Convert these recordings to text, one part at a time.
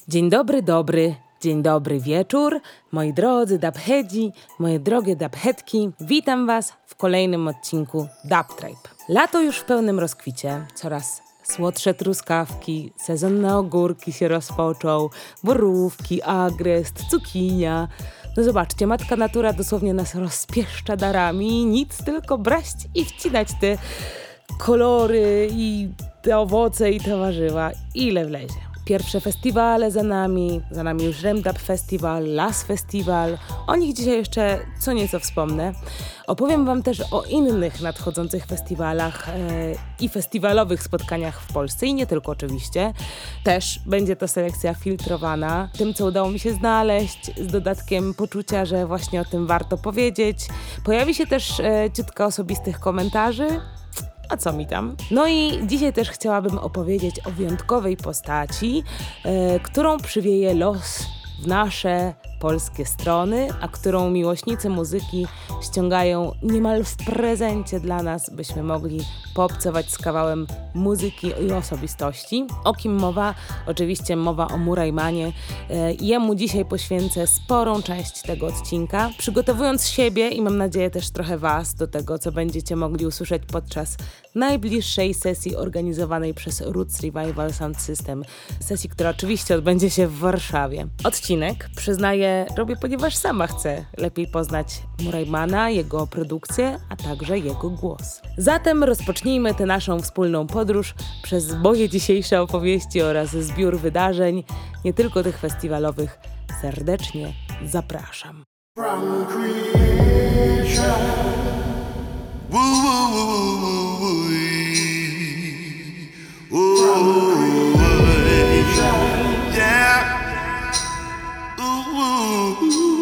Dzień dobry wieczór, moi drodzy dubheadzi, moje drogie dubheadki. Witam was w kolejnym odcinku Dub Tribe. Lato już w pełnym rozkwicie, coraz słodsze truskawki, sezon na ogórki się rozpoczął, borówki, agrest, cukinia. No zobaczcie, matka natura dosłownie nas rozpieszcza darami, nic tylko brać i wcinać te kolory i te owoce i te warzywa, ile wlezie. Pierwsze festiwale za nami już Remdub Festival, Las Festival. O nich dzisiaj jeszcze co nieco wspomnę. Opowiem wam też o innych nadchodzących festiwalach i festiwalowych spotkaniach w Polsce i nie tylko oczywiście. Też będzie to selekcja filtrowana, tym co udało mi się znaleźć, z dodatkiem poczucia, że właśnie o tym warto powiedzieć. Pojawi się też ciutka osobistych komentarzy. A co mi tam? No i dzisiaj też chciałabym opowiedzieć o wyjątkowej postaci, którą przywieje los w nasze polskie strony, a którą miłośnicy muzyki ściągają niemal w prezencie dla nas, byśmy mogli poobcować z kawałem muzyki i osobistości. O kim mowa? Oczywiście mowa o Muraimanie. Jemu dzisiaj poświęcę sporą część tego odcinka, przygotowując siebie i mam nadzieję też trochę was do tego, co będziecie mogli usłyszeć podczas najbliższej sesji organizowanej przez Roots Revival Sound System. Sesji, która oczywiście odbędzie się w Warszawie. Odcinek, przyznaję, robię, ponieważ sama chcę lepiej poznać Muraimana, jego produkcję, a także jego głos. Zatem rozpocznijmy tę naszą wspólną podróż przez moje dzisiejsze opowieści oraz zbiór wydarzeń, nie tylko tych festiwalowych. Serdecznie zapraszam. From creation, woo, woo, woo, woo, woo, woo. From creation, yeah. Ooh,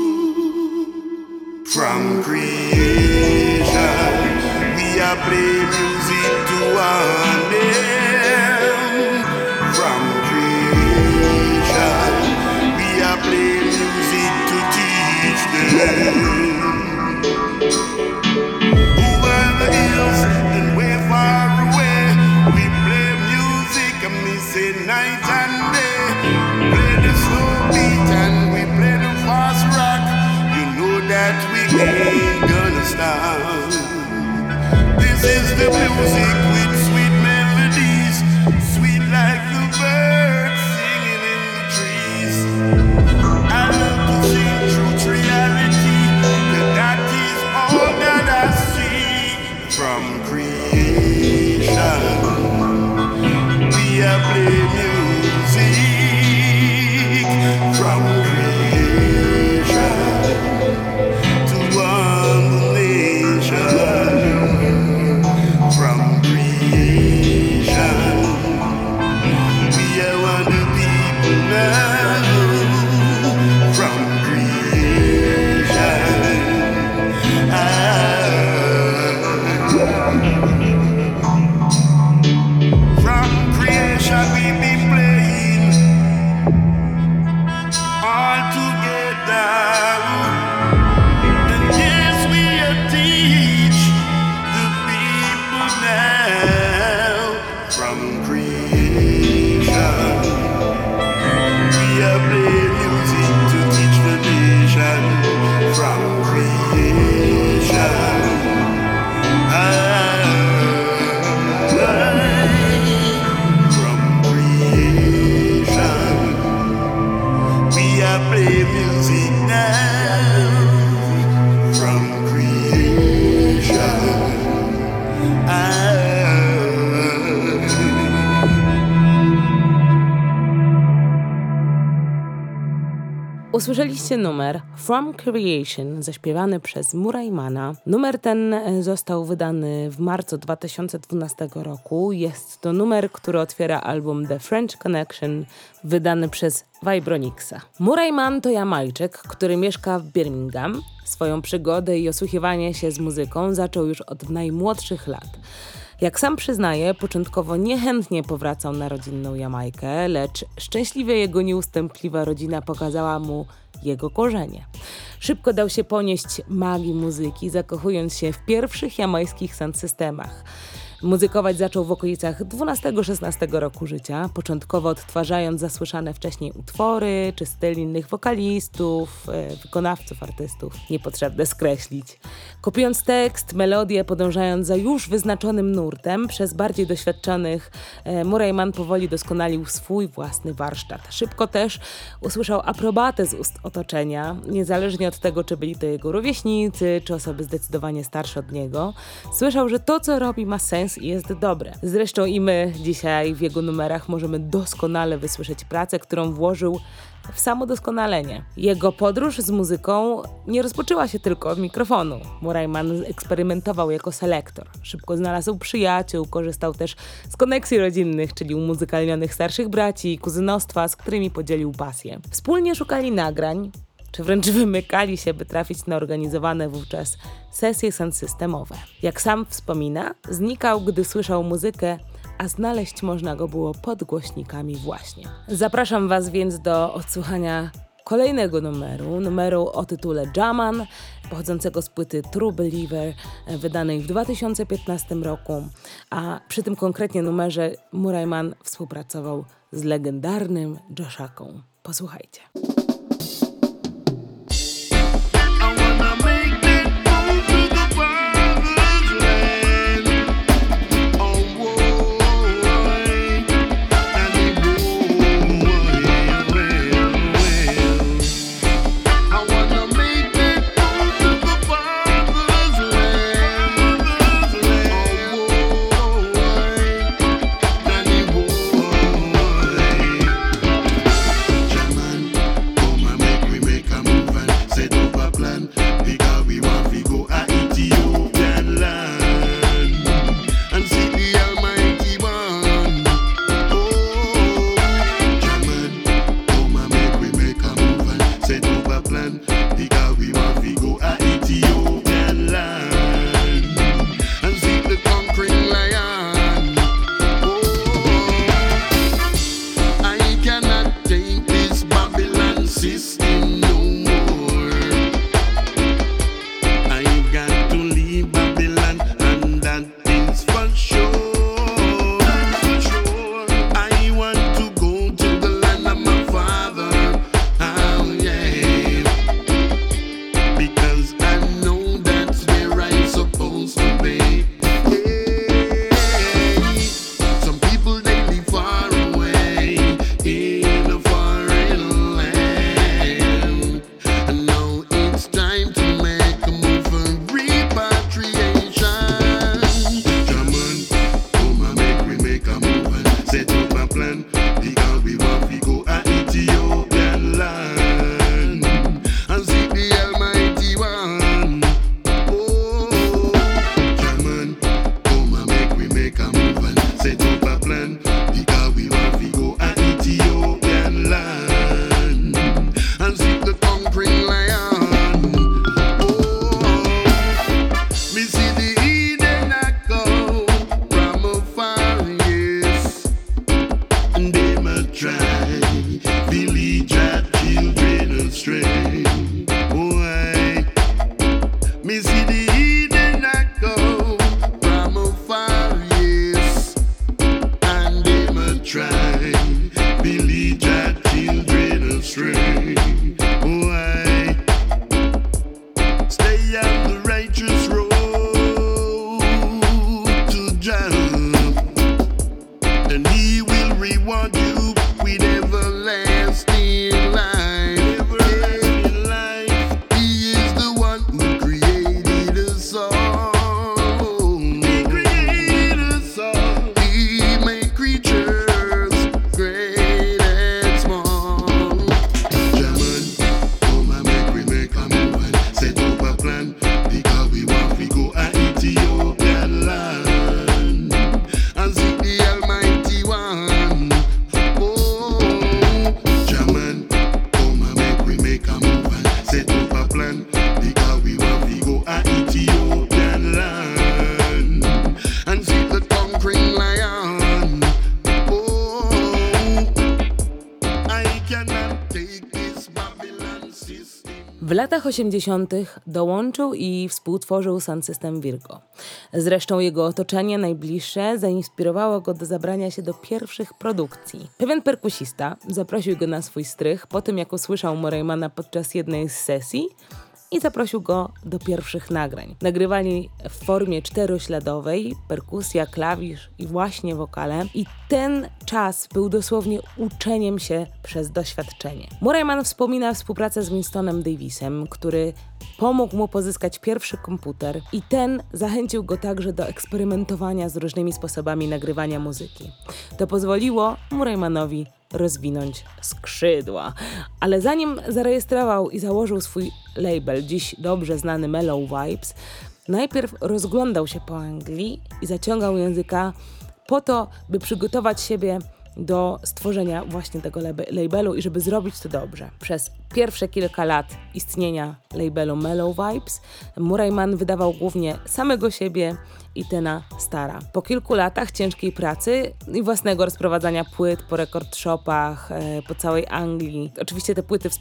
from creation, we are play music to one them. From creation, we are play music to teach them. Over the hills and way far away, we play music and we say night and day. Play the slow beat and we play the fast rock. You know that we ain't gonna stop. This is the music with sweet melodies, sweet like the birds singing in the trees. I love to sing truth, reality, but that is all that I see. From creation, we are play music. From creation to one nation. From creation, we are one people now. From creation, from creation we be playing all together. And yes, we are teach the people now. From creation, we are play music to teach the nation. From creation, from creation, we are play music now. From creation, Usłyszeliście numer From Creation, zaśpiewany przez Muraimana. Numer ten został wydany w marcu 2012 roku. Jest to numer, który otwiera album The French Connection, wydany przez Vibronixa. Muraiman to Jamajczyk, który mieszka w Birmingham. Swoją przygodę i osłuchiwanie się z muzyką zaczął już od najmłodszych lat. Jak sam przyznaje, początkowo niechętnie powracał na rodzinną Jamajkę, lecz szczęśliwie jego nieustępliwa rodzina pokazała mu jego korzenie. Szybko dał się ponieść magii muzyki, zakochując się w pierwszych jamajskich sound systemach. Muzykować zaczął w okolicach 12-16 roku życia, początkowo odtwarzając zasłyszane wcześniej utwory czy styl innych wokalistów, wykonawców, artystów. Niepotrzebne skreślić. Kopiując tekst, melodię, podążając za już wyznaczonym nurtem, przez bardziej doświadczonych Murray Mann powoli doskonalił swój własny warsztat. Szybko też usłyszał aprobatę z ust otoczenia, niezależnie od tego, czy byli to jego rówieśnicy, czy osoby zdecydowanie starsze od niego. Słyszał, że to, co robi, ma sens i jest dobre. Zresztą i my dzisiaj w jego numerach możemy doskonale wysłyszeć pracę, którą włożył w samodoskonalenie. Jego podróż z muzyką nie rozpoczęła się tylko od mikrofonu. Murray Mann eksperymentował jako selektor. Szybko znalazł przyjaciół, korzystał też z koneksji rodzinnych, czyli umuzykalnionych starszych braci i kuzynostwa, z którymi podzielił pasję. Wspólnie szukali nagrań, czy wręcz wymykali się, by trafić na organizowane wówczas sesje soundsystemowe. Jak sam wspomina, znikał, gdy słyszał muzykę, a znaleźć można go było pod głośnikami właśnie. Zapraszam Was więc do odsłuchania kolejnego numeru o tytule Jaman, pochodzącego z płyty True Believer, wydanej w 2015 roku, a przy tym konkretnie numerze Murray Mann współpracował z legendarnym Joshaką. Posłuchajcie. latach 80. dołączył i współtworzył Sound System Virgo. Zresztą jego otoczenie najbliższe zainspirowało go do zabrania się do pierwszych produkcji. Pewien perkusista zaprosił go na swój strych po tym, jak usłyszał Moraymana podczas jednej z sesji i zaprosił go do pierwszych nagrań. Nagrywali w formie czterośladowej, perkusja, klawisz i właśnie wokale. I ten czas był dosłownie uczeniem się przez doświadczenie. Morayman wspomina współpracę z Winstonem Davisem, który pomógł mu pozyskać pierwszy komputer i ten zachęcił go także do eksperymentowania z różnymi sposobami nagrywania muzyki. To pozwoliło Moraymanowi rozwinąć skrzydła. Ale zanim zarejestrował i założył swój label, dziś dobrze znany Mellow Vibes, najpierw rozglądał się po Anglii i zaciągał języka po to, by przygotować siebie do stworzenia właśnie tego labelu i żeby zrobić to dobrze. Przez pierwsze kilka lat istnienia labelu Mellow Vibes Morayman wydawał głównie samego siebie i Tena Stara. Po kilku latach ciężkiej pracy i własnego rozprowadzania płyt po record shopach po całej Anglii. Oczywiście te płyty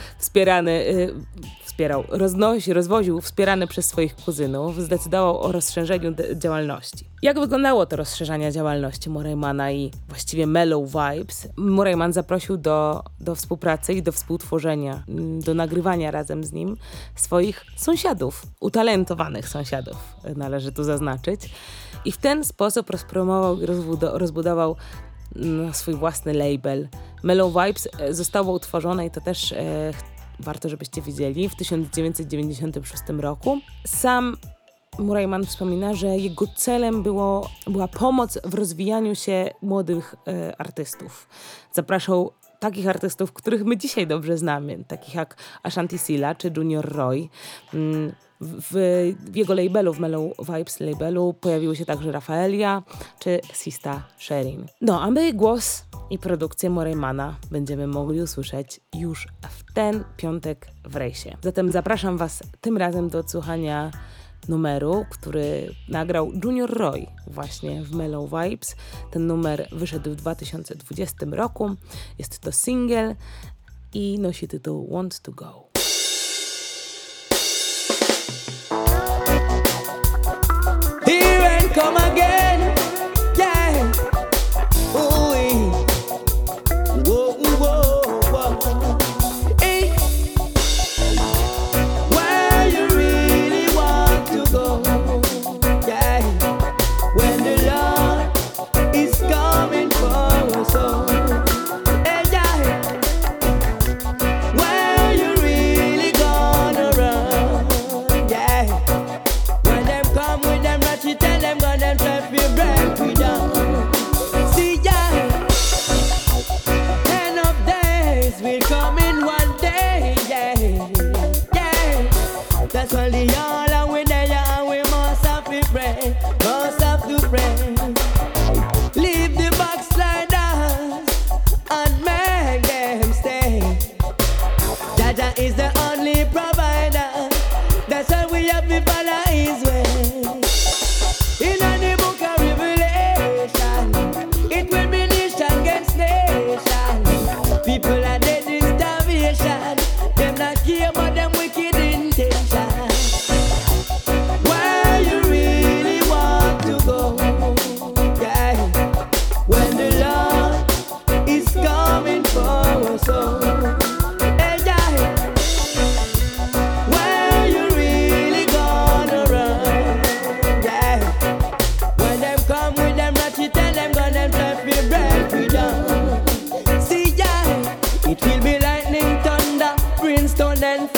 rozwoził wspierany przez swoich kuzynów, zdecydował o rozszerzeniu działalności. Jak wyglądało to rozszerzanie działalności Moraymana i właściwie Mellow Vibes? Morayman zaprosił do współpracy i do współtworzenia, do nagrywania razem z nim swoich sąsiadów, utalentowanych sąsiadów, należy tu zaznaczyć. I w ten sposób rozpromował i rozbudował swój własny label. Mellow Vibes zostało utworzone i to też warto, żebyście wiedzieli, w 1996 roku. Sam Morayman wspomina, że jego celem była pomoc w rozwijaniu się młodych artystów. Zapraszał takich artystów, których my dzisiaj dobrze znamy, takich jak Ashanti Silla czy Junior Roy. W jego labelu, w Mellow Vibes labelu pojawiły się także Rafaelia czy Sista Sherin. No, a my głos i produkcję Moraymana będziemy mogli usłyszeć już w ten piątek w rejsie. Zatem zapraszam Was tym razem do odsłuchania numeru, który nagrał Junior Roy właśnie w Mellow Vibes. Ten numer wyszedł w 2020 roku. Jest to single i nosi tytuł Want to Go. Here and come again, yeah. Ooh, whoa, whoa, whoa. Hey, where you really want to go, yeah. When the Lord is coming for us all, hey, yeah. Where you really gonna run, yeah. When them come with them ratchet, tell them go them try to break we down. See ya, end of days will come in one day, yeah, yeah. That's why the all are we there and we must have to pray, must have to pray. Leave the backsliders and make them stay. Jaja is the only provider. That's why we have to follow His way. In the book of Revelation, it will be nation against nation. People are dead in starvation. Them not care about them wicked intention. Where you really want to go, yeah. When the Lord is coming for us all. Hey, yeah. Where you really gonna run, yeah. When them come with them ratchet, tell them go them try to break we down. See, yeah, it will be lightning, thunder, brimstone and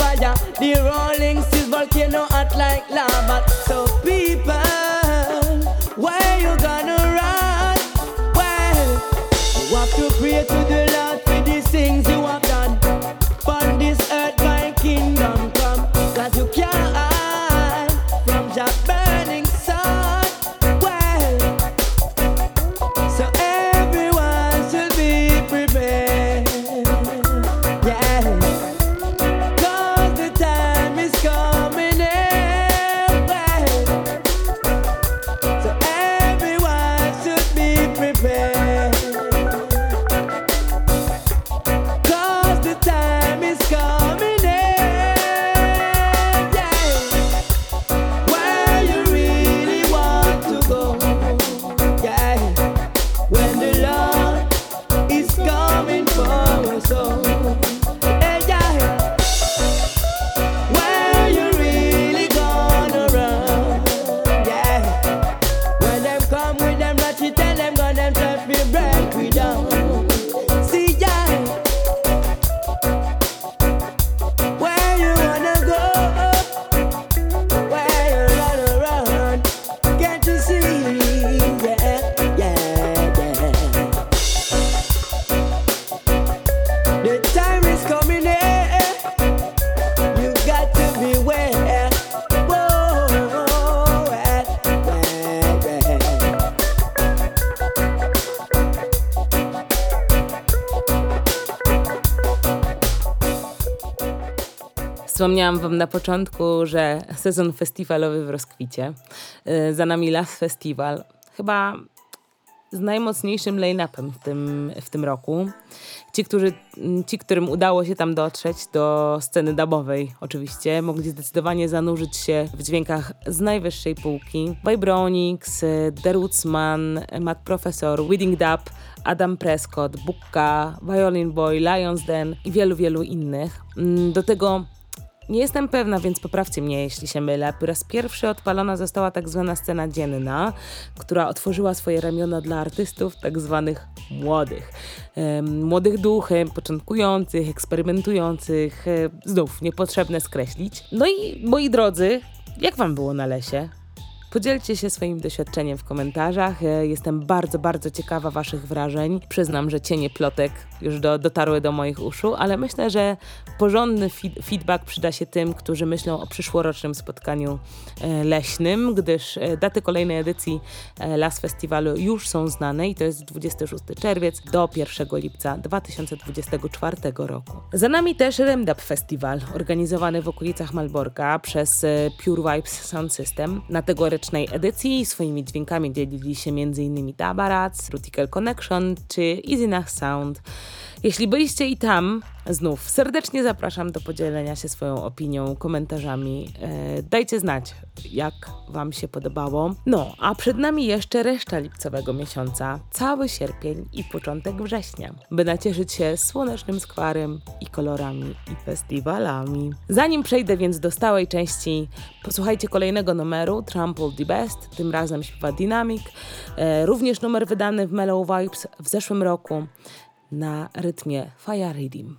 Wspomniałam wam na początku, że sezon festiwalowy w rozkwicie. Za nami Las Festival. Chyba z najmocniejszym line-upem w tym roku. Ci, którym udało się tam dotrzeć do sceny dubowej oczywiście, mogli zdecydowanie zanurzyć się w dźwiękach z najwyższej półki. Vibronix, The Rootsman, Matt Professor, Wedding Dub, Adam Prescott, Bukka, Violin Boy, Lions Den i wielu, wielu innych. Do tego nie jestem pewna, więc poprawcie mnie, jeśli się mylę. Po raz pierwszy odpalona została tak zwana scena dzienna, która otworzyła swoje ramiona dla artystów tak zwanych młodych. Młodych duchy, początkujących, eksperymentujących, znów niepotrzebne skreślić. No i moi drodzy, jak wam było na lesie? Podzielcie się swoim doświadczeniem w komentarzach. Jestem bardzo, bardzo ciekawa waszych wrażeń. Przyznam, że cienie plotek już dotarły do moich uszu, ale myślę, że porządny feedback przyda się tym, którzy myślą o przyszłorocznym spotkaniu leśnym, gdyż daty kolejnej edycji Las Festiwalu już są znane i to jest 26 czerwiec do 1 lipca 2024 roku. Za nami też Remdub Festival, organizowany w okolicach Malborka przez Pure Vibes Sound System. Na tegorycznej edycji swoimi dźwiękami dzielili się m.in. Dabarats, Rutical Connection czy Easynach Sound. Jeśli byliście i tam, znów serdecznie zapraszam do podzielenia się swoją opinią, komentarzami. Dajcie znać, jak wam się podobało. No, a przed nami jeszcze reszta lipcowego miesiąca, cały sierpień i początek września, by nacieszyć się słonecznym skwarem i kolorami i festiwalami. Zanim przejdę więc do stałej części, posłuchajcie kolejnego numeru, Trample the Best, tym razem śpiewa Dynamic, również numer wydany w Mellow Vibes w zeszłym roku, na rytmie Fire Rhythm.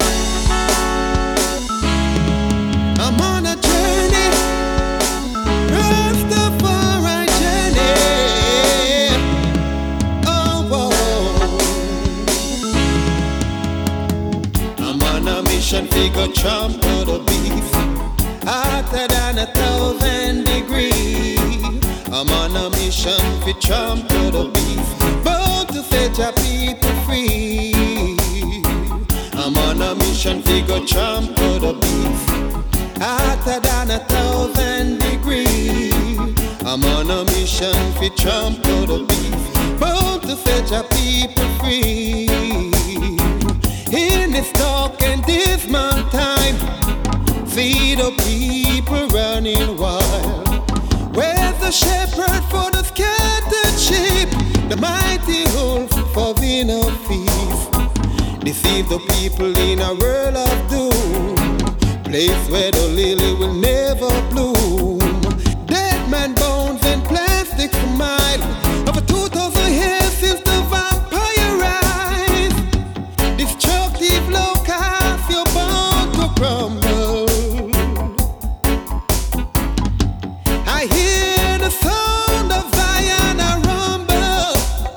I'm on a journey, Rastafari journey. Oh, whoa. I'm on a mission, figure trample the beef, hotter than 1,000 degrees. I'm on a mission, fi trample the beef, bound to set your people free. I'm on a mission, figure trample the beef, hotter than 1,000 degrees. I'm on a mission, fi trample the beef, bound to set your people free. In this dark and dismal time, see the people running wild. Where's the shepherd for the scattered sheep, the mighty wolf for winner feast? Deceive the people in a world of doom, place where the lily will never bloom. Dead man bones and plastic smile, over 2,000 years since the vampire rise. Destructive locusts, you're bound to crumble. I hear the sound of Zion a rumble.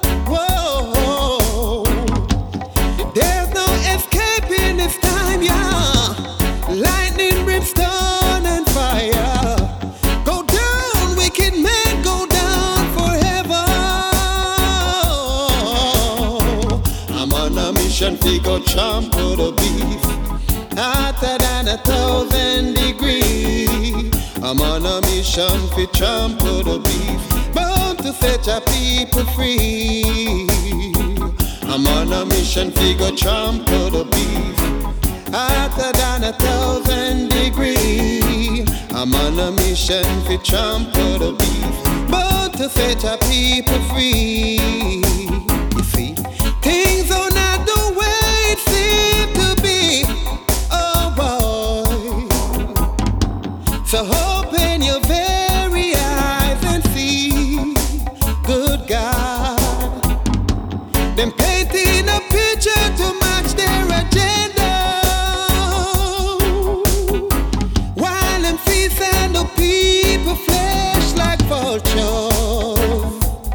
Whoa, there's no escaping this time, yeah. Lightning, brimstone and fire. Go down, wicked men, go down forever. I'm on a mission, figure trample the beef, hotter than 1,000 degrees. I'm on a mission, fi trample the beef, bound to set your people free. I'm on a mission, figure trample the beef, hotter than 1,000 degrees. I'm on a mission, fi trample the beef, bound to set your people free. You see, things are not the way it seemed to be. Oh boy, so open your very eyes and see, good God, them painting a picture to match their agenda, while them feast and the people flesh like vultures,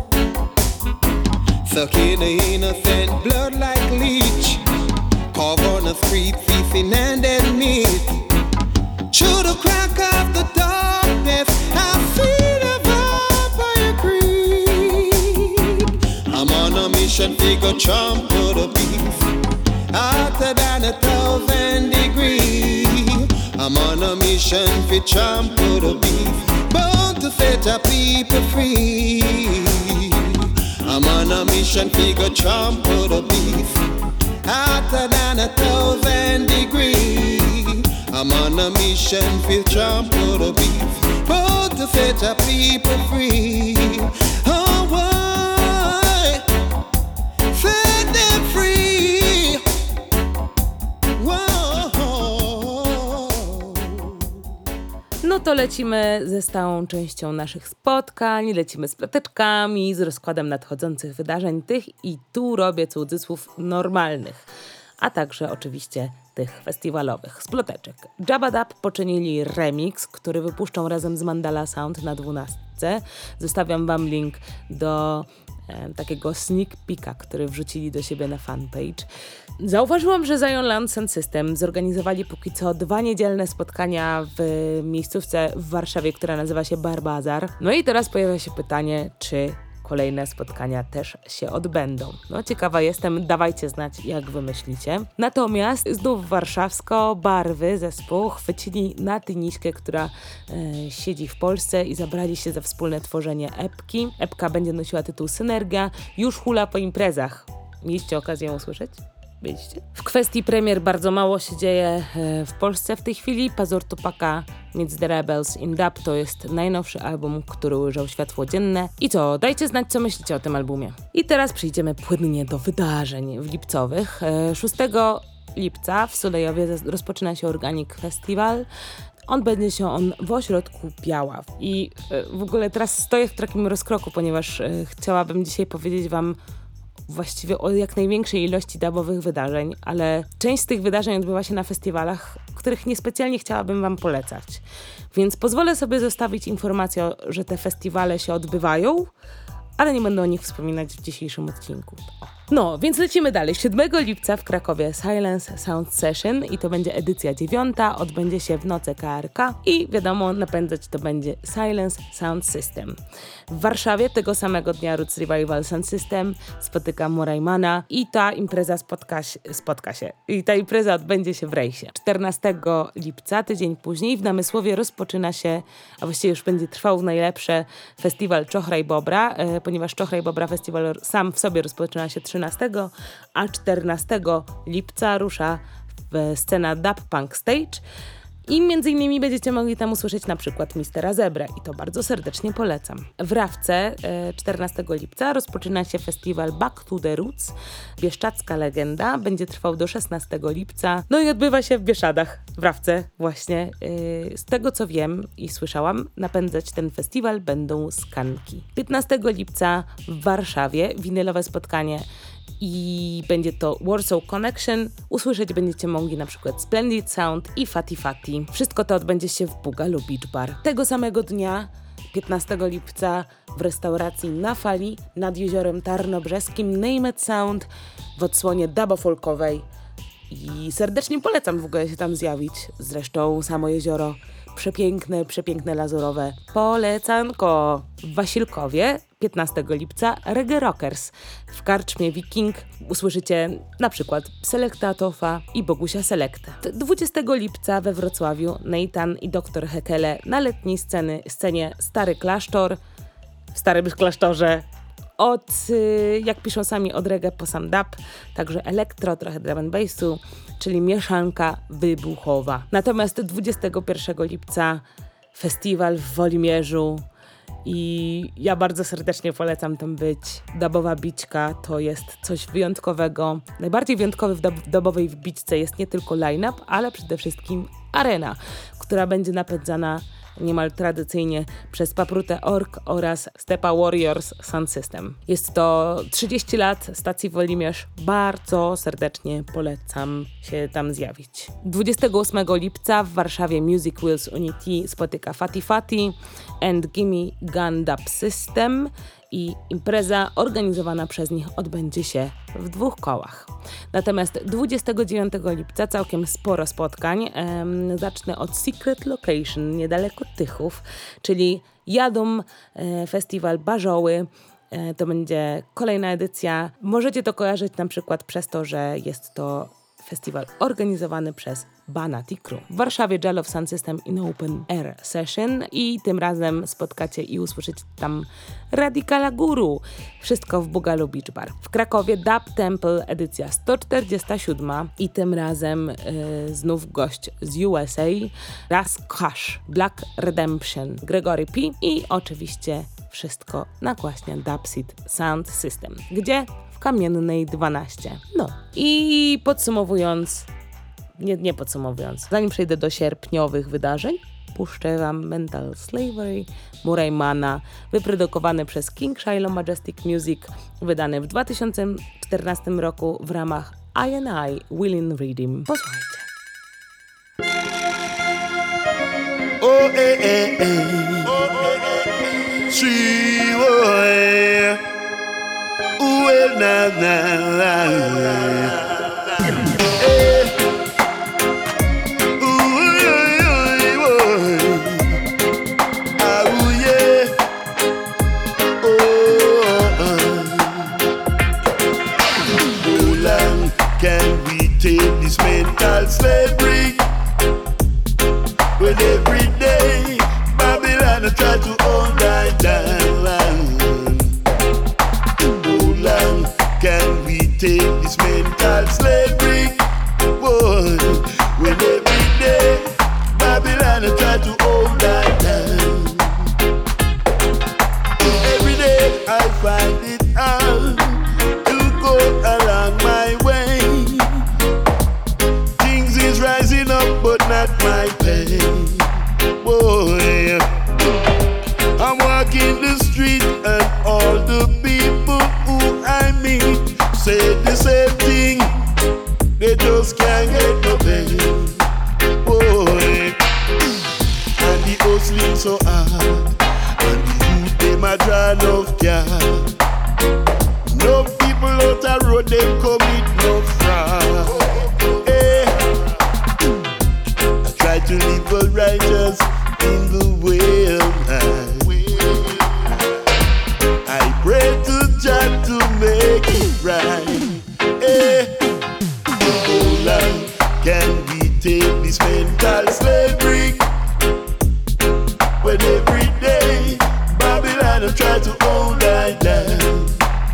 sucking the innocent blood like leech, carve on the street feasting and dead meat. Through the crack of the darkness, I see the vampire creep. I'm on a mission, figure trample the beef, hotter than 1,000 degrees. I'm on a mission. mission fi trample the beef, bound to set a people free. I'm on a mission fi go trample the beef, hotter than 1,000 degrees. I'm on a mission fi trample the beef, bound to set a people free. Oh, why? Set them free. Whoa. No to lecimy ze stałą częścią naszych spotkań, lecimy z ploteczkami, z rozkładem nadchodzących wydarzeń, tych i tu robię cudzysłów normalnych, a także oczywiście tych festiwalowych. Z ploteczek. Jabba Dub poczynili remix, który wypuszczą razem z Mandala Sound na 12. Zostawiam wam link do takiego sneak peeka, który wrzucili do siebie na fanpage. Zauważyłam, że Zion Land Sound System zorganizowali póki co 2 niedzielne spotkania w miejscówce w Warszawie, która nazywa się Bar Bazar. No i teraz pojawia się pytanie, czy kolejne spotkania też się odbędą. No ciekawa jestem, dawajcie znać, jak wy myślicie. Natomiast znów warszawsko Barwy zespół chwycili Natyniśkę, która siedzi w Polsce i zabrali się za wspólne tworzenie epki. Epka będzie nosiła tytuł Synergia, już hula po imprezach. Mieliście okazję ją usłyszeć? Widzicie? W kwestii premier bardzo mało się dzieje w Polsce w tej chwili. Pazur Tupaka Meets the Rebels in Dub to jest najnowszy album, który ujrzał światło dzienne. I co? Dajcie znać, co myślicie o tym albumie. I teraz przejdziemy płynnie do wydarzeń lipcowych. 6 lipca w Sulejowie rozpoczyna się Organic Festival. Odbędzie się on w ośrodku Biaław. I w ogóle teraz stoję w takim rozkroku, ponieważ chciałabym dzisiaj powiedzieć wam właściwie o jak największej ilości dubowych wydarzeń, ale część z tych wydarzeń odbywa się na festiwalach, których niespecjalnie chciałabym wam polecać. Więc pozwolę sobie zostawić informację, że te festiwale się odbywają, ale nie będę o nich wspominać w dzisiejszym odcinku. No, więc lecimy dalej. 7 lipca w Krakowie Silence Sound Session i to będzie edycja 9, odbędzie się w nocy KRK i wiadomo, napędzać to będzie Silence Sound System. W Warszawie tego samego dnia Roots Revival Sound System spotyka Morajmana i ta impreza spotka się. I ta impreza odbędzie się w Rejsie. 14 lipca, tydzień później, w Namysłowie rozpoczyna się, a właściwie już będzie trwał w najlepsze, festiwal Czochra i Bobra, ponieważ Czochra i Bobra festiwal sam w sobie rozpoczyna się 13, a 14 lipca rusza scena Dub Punk Stage i między innymi będziecie mogli tam usłyszeć na przykład Mistera Zebrę i to bardzo serdecznie polecam. W Rawce 14 lipca rozpoczyna się festiwal Back to the Roots, Bieszczadzka Legenda, będzie trwał do 16 lipca, no i odbywa się w Bieszczadach, w Rawce właśnie. Z tego co wiem i słyszałam, napędzać ten festiwal będą Skanki. 15 lipca w Warszawie winylowe spotkanie i będzie to Warsaw Connection. Usłyszeć będziecie mogli na przykład Splendid Sound i Fati Fati. Wszystko to odbędzie się w Bugalu Beach Bar. Tego samego dnia, 15 lipca, w restauracji Na Fali nad jeziorem Tarnobrzeskim Name It Sound w odsłonie dubo-folkowej. I serdecznie polecam w ogóle się tam zjawić. Zresztą samo jezioro przepiękne, lazurowe. Polecanko! W Wasilkowie 15 lipca Reggae Rockers. W karczmie Viking usłyszycie na przykład Selekta Tofa i Bogusia Selektę. 20 lipca we Wrocławiu Nathan i Dr. Hekele na letniej scenie Stary Klasztor. W Starym Klasztorze od, jak piszą sami, od reggae po sam dub, także elektro, trochę drum and bassu, czyli mieszanka wybuchowa. Natomiast 21 lipca festiwal w Wolimierzu i ja bardzo serdecznie polecam tam być. Dubowa bićka to jest coś wyjątkowego. Najbardziej wyjątkowy w dubowej bićce jest nie tylko line-up, ale przede wszystkim arena, która będzie napędzana niemal tradycyjnie przez Paprutę Org oraz Stepa Warriors Sound System. Jest to 30 lat stacji Wolimierz. Bardzo serdecznie polecam się tam zjawić. 28 lipca w Warszawie Music Wheels Unity spotyka Fati Fati and Gimme Gun Dub System i impreza organizowana przez nich odbędzie się w 2 kołach. Natomiast 29 lipca całkiem sporo spotkań. Zacznę od Secret Location niedaleko Tychów, czyli Jadum Festiwal Barzoły. To będzie kolejna edycja. Możecie to kojarzyć na przykład przez to, że jest to festiwal organizowany przez Banati Crew. W Warszawie Jal of Sound System in Open Air Session i tym razem spotkacie i usłyszycie tam Radicala Guru. Wszystko w Boogaloo Beach Bar. W Krakowie Dub Temple edycja 147 i tym razem znów gość z USA, Ras Cash, Black Redemption, Gregory P. i oczywiście wszystko nagłaśnia Dubseed Sound System. Gdzie? W Kamiennej 12. No i podsumowując, nie podsumowując, zanim przejdę do sierpniowych wydarzeń, puszczę wam Mental Slavery Muraymana, wyprodukowany przez King Shiloh Majestic Music, wydany w 2014 roku w ramach I&I Willin Redeem. Posłuchajcie. Oh, eh, eh, eh. She boy. Well, na, na, na. Eh. Ooh, oy, oy. Ah, ooh, yeah. Oh, How long can we take this mental slavery? When every day Babylon try to hold I down. How long can we take this mental slavery? Boy, when every day Babylon try to hold I down. Every day I find it hard to go along my way. Things is rising up, but not my pay. Boy, I'm walking the street and all the people who I meet say the same thing. They just can't get no pay. Boy, and the hustling so hard, and the youth them a draw enough car. No people out the road them commit no fraud. Hey, I try to live a righteous in the way of life. I pray to God to make it right. Hey, how long can we take this mental slavery? When every day Babylon try to hold I down.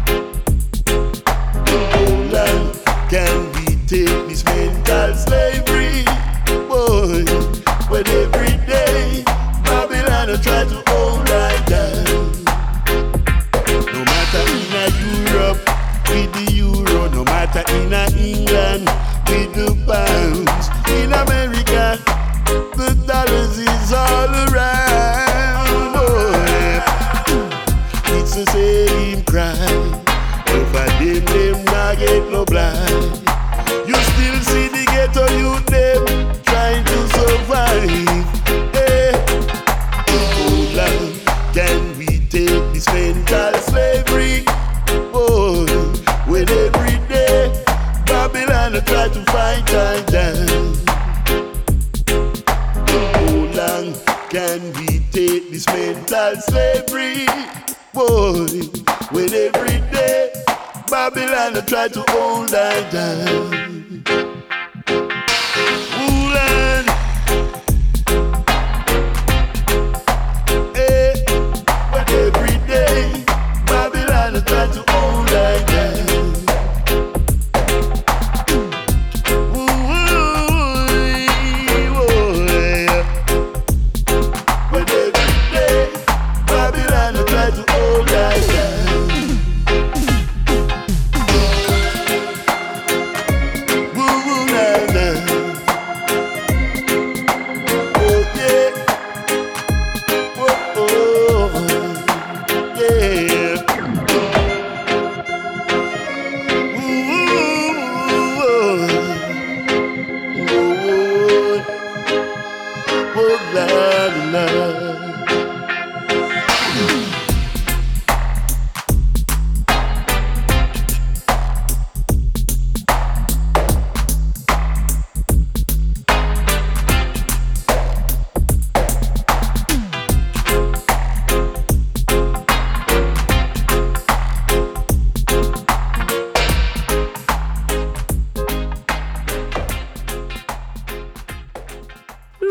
How long can we take this mental slavery? Boy, when every day Babylon try to hold I down. No matter in a Europe with the euro, no matter in a England with the pounds, in America the dollars is all around. Oh, it's the same crime. Over them not get no blind. You still see the ghetto youth them trying to survive. Hey, how long can we take this mental slavery? Oh, when every day Babylon try to fight I down. How long can we take this mental slavery? Boy, when every day Babylon try to hold I down. Ooh, Lord. Hey, when every day Babylon try to hold I down. Ooh, boy. When every day Babylon try to hold I down. Ooh,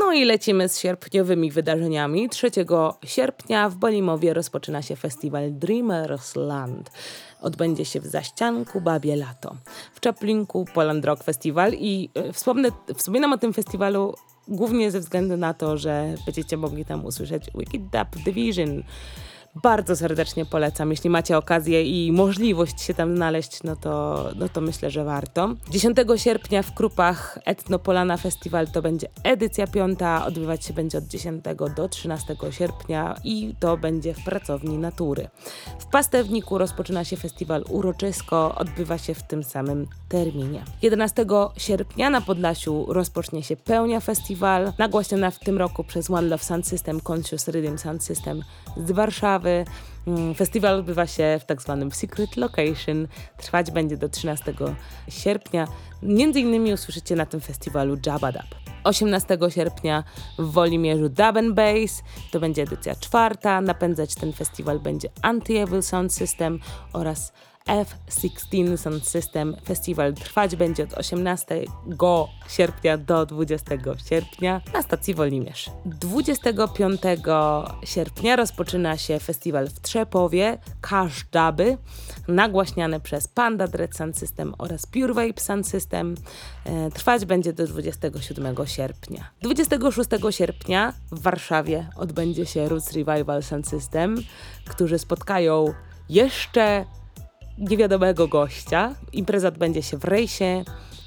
No i lecimy z sierpniowymi wydarzeniami. 3 sierpnia w Bolimowie rozpoczyna się festiwal Dreamers Land. Odbędzie się w Zaścianku Babie Lato. W Czaplinku Poland Rock Festival i wspominam o tym festiwalu głównie ze względu na to, że będziecie mogli tam usłyszeć Wicked Dub Division. Bardzo serdecznie polecam. Jeśli macie okazję i możliwość się tam znaleźć, no to myślę, że warto. 10 sierpnia w Krupach Etnopolana Festival to będzie edycja 5. Odbywać się będzie od 10 do 13 sierpnia i to będzie w Pracowni Natury. W Pastewniku rozpoczyna się festiwal Uroczysko. Odbywa się w tym samym terminie. 11 sierpnia na Podlasiu rozpocznie się Pełnia Festiwal. Nagłaśniona w tym roku przez One Love Sound System, Conscious Rhythm Sound System z Warszawy. Festiwal odbywa się w tak zwanym Secret Location. Trwać będzie do 13 sierpnia. Między innymi usłyszycie na tym festiwalu Jabba Dub. 18 sierpnia w Wolimierzu Dub and Bass. To będzie edycja 4. Napędzać ten festiwal będzie Anti-Evil Sound System oraz F16 Sound System. Festiwal trwać będzie od 18 sierpnia do 20 sierpnia na stacji Wolimierz. 25 sierpnia rozpoczyna się festiwal w Trzepowie Cash Duby, nagłaśniany przez Panda Dread Sound System oraz Pure Vape Sound System. Trwać będzie do 27 sierpnia. 26 sierpnia w Warszawie odbędzie się Roots Revival Sound System, którzy spotkają jeszcze niewiadomego gościa. Impreza odbędzie się w Rejsie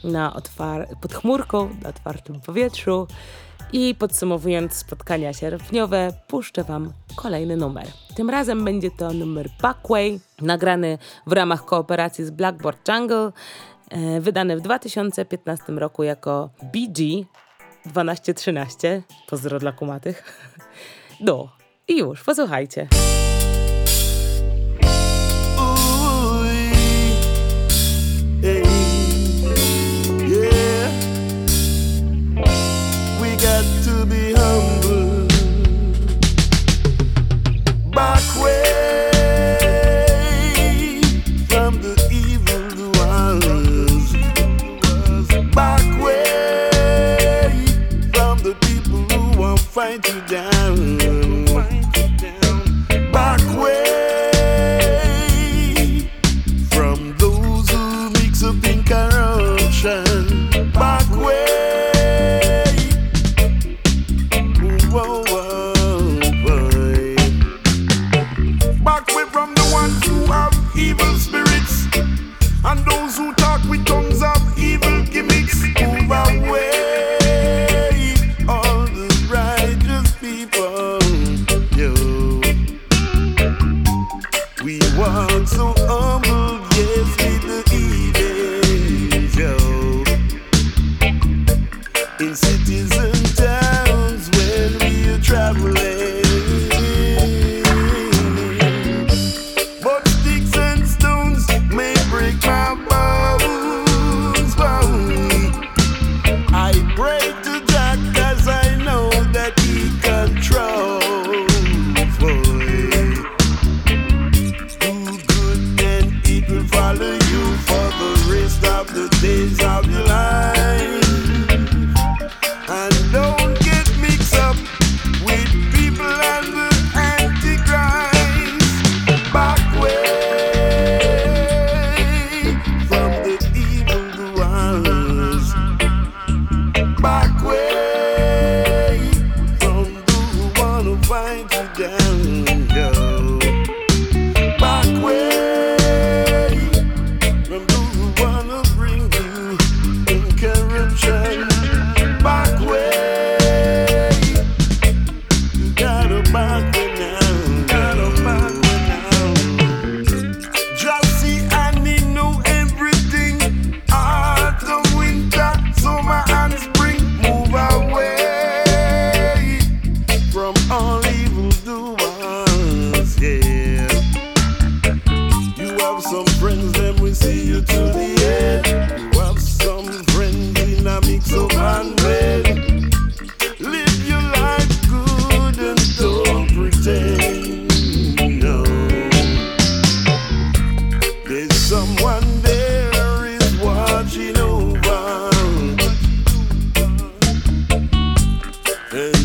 pod chmurką, na otwartym powietrzu i podsumowując spotkania sierpniowe, puszczę wam kolejny numer. Tym razem będzie to numer Backway, nagrany w ramach kooperacji z Blackboard Jungle, wydany w 2015 roku jako BG 1213. Pozdro dla kumatych. No i już, posłuchajcie. Got to be humble. Back way from the evil ones. Back way from the people who won't fight you down. Back way from those who mix up in corruption. Back way. Evil spirits and those who talk with tongues of evil gimmicks. Move away, all the righteous people. Yo, we walk so humble, yes, with the heathens. Yo, in cities and towns when we are traveling. Days of your life, and don't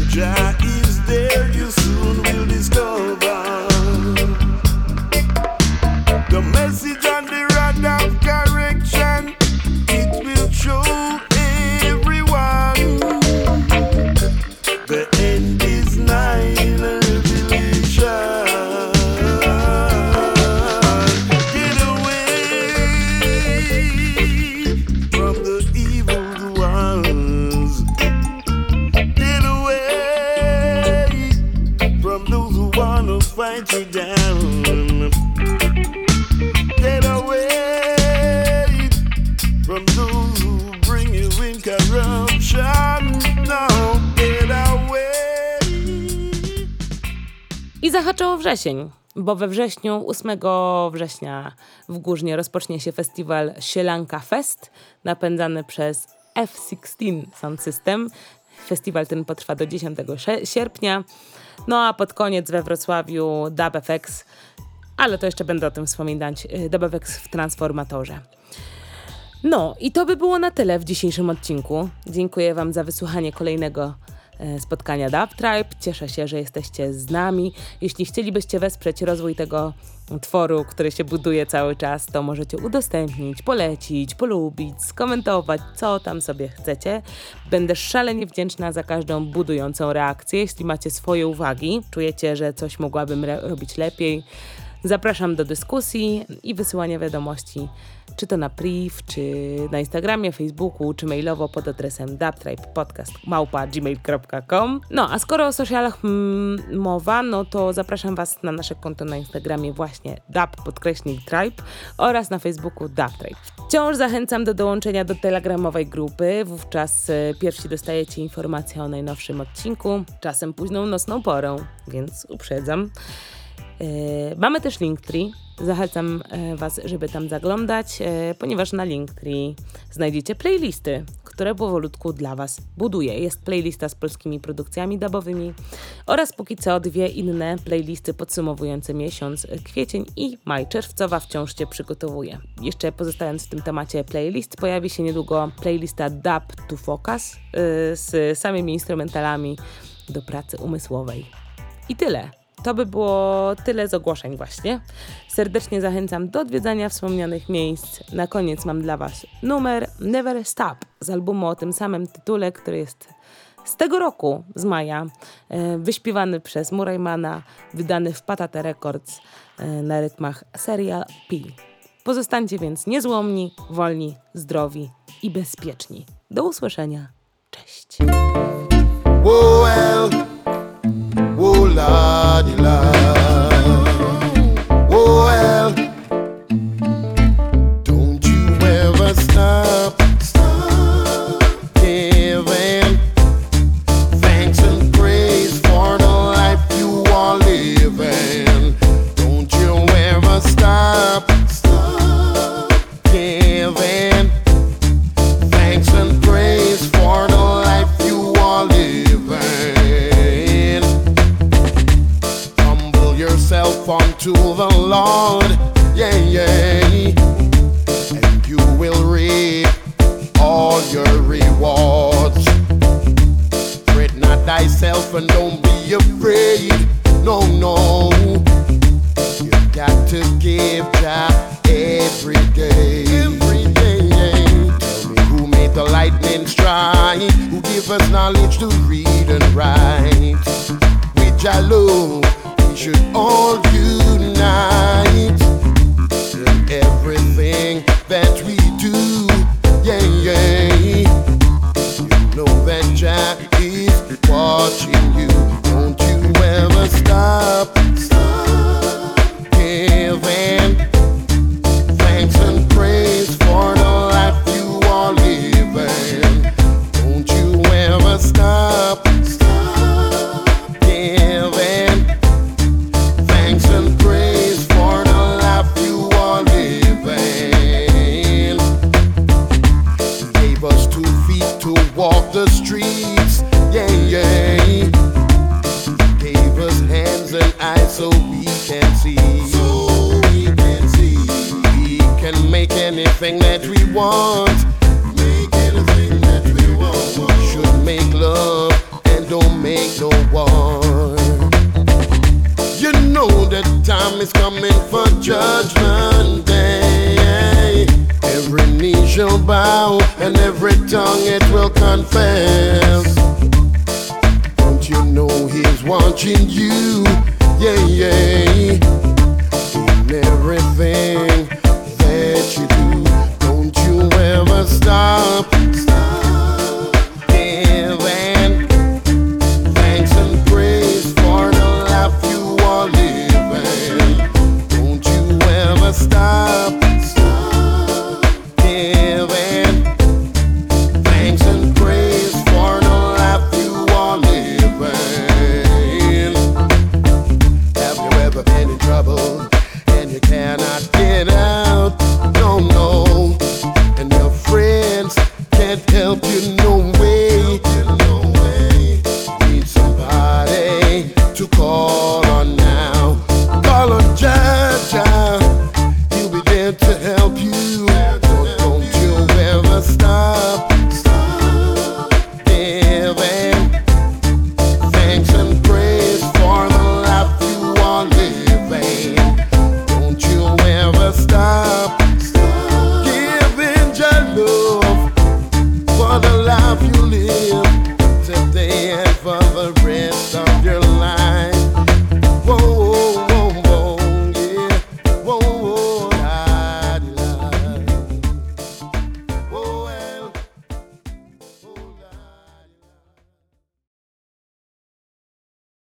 Jah is there, you soon will discover the message on the rod of correction. It will show everyone the end is nigh in revelation. Get away from the evil ones. Get away from those who wanna fight you down. Get away from those who bring you in corruption. No, get away. I zahaczyło wrzesień, bo we wrześniu, 8 września w Górznie rozpocznie się festiwal Sielanka Fest, napędzany przez F16 Sound System. Festiwal ten potrwa do 10 sierpnia. No a pod koniec we Wrocławiu Dub FX, ale to jeszcze będę o tym wspominać, Dub FX w Transformatorze. No i to by było na tyle w dzisiejszym odcinku. Dziękuję wam za wysłuchanie kolejnego spotkania Dub Tribe. Cieszę się, że jesteście z nami. Jeśli chcielibyście wesprzeć rozwój tego tworu, który się buduje cały czas, to możecie udostępnić, polecić, polubić, skomentować, co tam sobie chcecie. Będę szalenie wdzięczna za każdą budującą reakcję. Jeśli macie swoje uwagi, czujecie, że coś mogłabym robić lepiej, zapraszam do dyskusji i wysyłania wiadomości, czy to na priv, czy na Instagramie, Facebooku, czy mailowo pod adresem dubtribepodcast@gmail.com. No, a skoro o socialach mowa, no to zapraszam was na nasze konto na Instagramie właśnie dub_tribe oraz na Facebooku dubtribe. Wciąż zachęcam do dołączenia do telegramowej grupy, wówczas pierwsi dostajecie informacje o najnowszym odcinku, czasem późną nocną porą, więc uprzedzam. Mamy też Linktree. Zachęcam was, żeby tam zaglądać, ponieważ na Linktree znajdziecie playlisty, które powolutku dla was buduję. Jest playlista z polskimi produkcjami dubowymi oraz póki co 2 inne playlisty podsumowujące miesiąc kwiecień i maj. Czerwcowa wciąż się przygotowuję. Jeszcze pozostając w tym temacie playlist, pojawi się niedługo playlista Dub to Focus z samymi instrumentalami do pracy umysłowej. I tyle. To by było tyle z ogłoszeń właśnie. Serdecznie zachęcam do odwiedzania wspomnianych miejsc. Na koniec mam dla was numer Never Stop z albumu o tym samym tytule, który jest z tego roku, z maja, wyśpiewany przez Muraymana, wydany w Patate Records na rytmach Serial P. Pozostańcie więc niezłomni, wolni, zdrowi i bezpieczni. Do usłyszenia. Cześć. Oh Lordy, Lord. Oh well, don't you ever stop giving thanks and praise for the life you are living. Don't you ever stop giving thanks and praise for the life you are living. Unto the Lord, yeah, yeah, and you will reap all your rewards. Fret not thyself and don't be afraid, no, no. You've got to give Jah every day, every day. Tell me who made the lightning strike, who give us knowledge to read and write. With Jah love, should all unite in everything that we do, yeah, yeah. You know that Jah is watching you. Don't you ever stop giving thanks and praise for the life you are living. Don't you ever stop giving thanks and praise for the life you are living. He gave us 2 feet to walk the streets, yeah, yeah. He gave us hands and eyes so we can see. We can make anything that we want. Make anything that we want. Should make love and don't make ain't no war. You know that time is coming for judgment day. Every knee shall bow and every tongue it will confess. Don't you know he's watching you? Yeah, yeah. In everything that you do, don't you ever stop. Giving thanks and praise for the life you are living. Don't you ever stop. Giving thanks and praise for the life you are living. Have you ever been in trouble and you cannot get out? No, no. And your friends can't help you no way. Need somebody to call on now. Call on Jaja. He'll be there to help you. Don't you ever stop. Giving thanks and praise for the life you are living. Don't you ever stop. Giving your love for the life you live today and for the rest.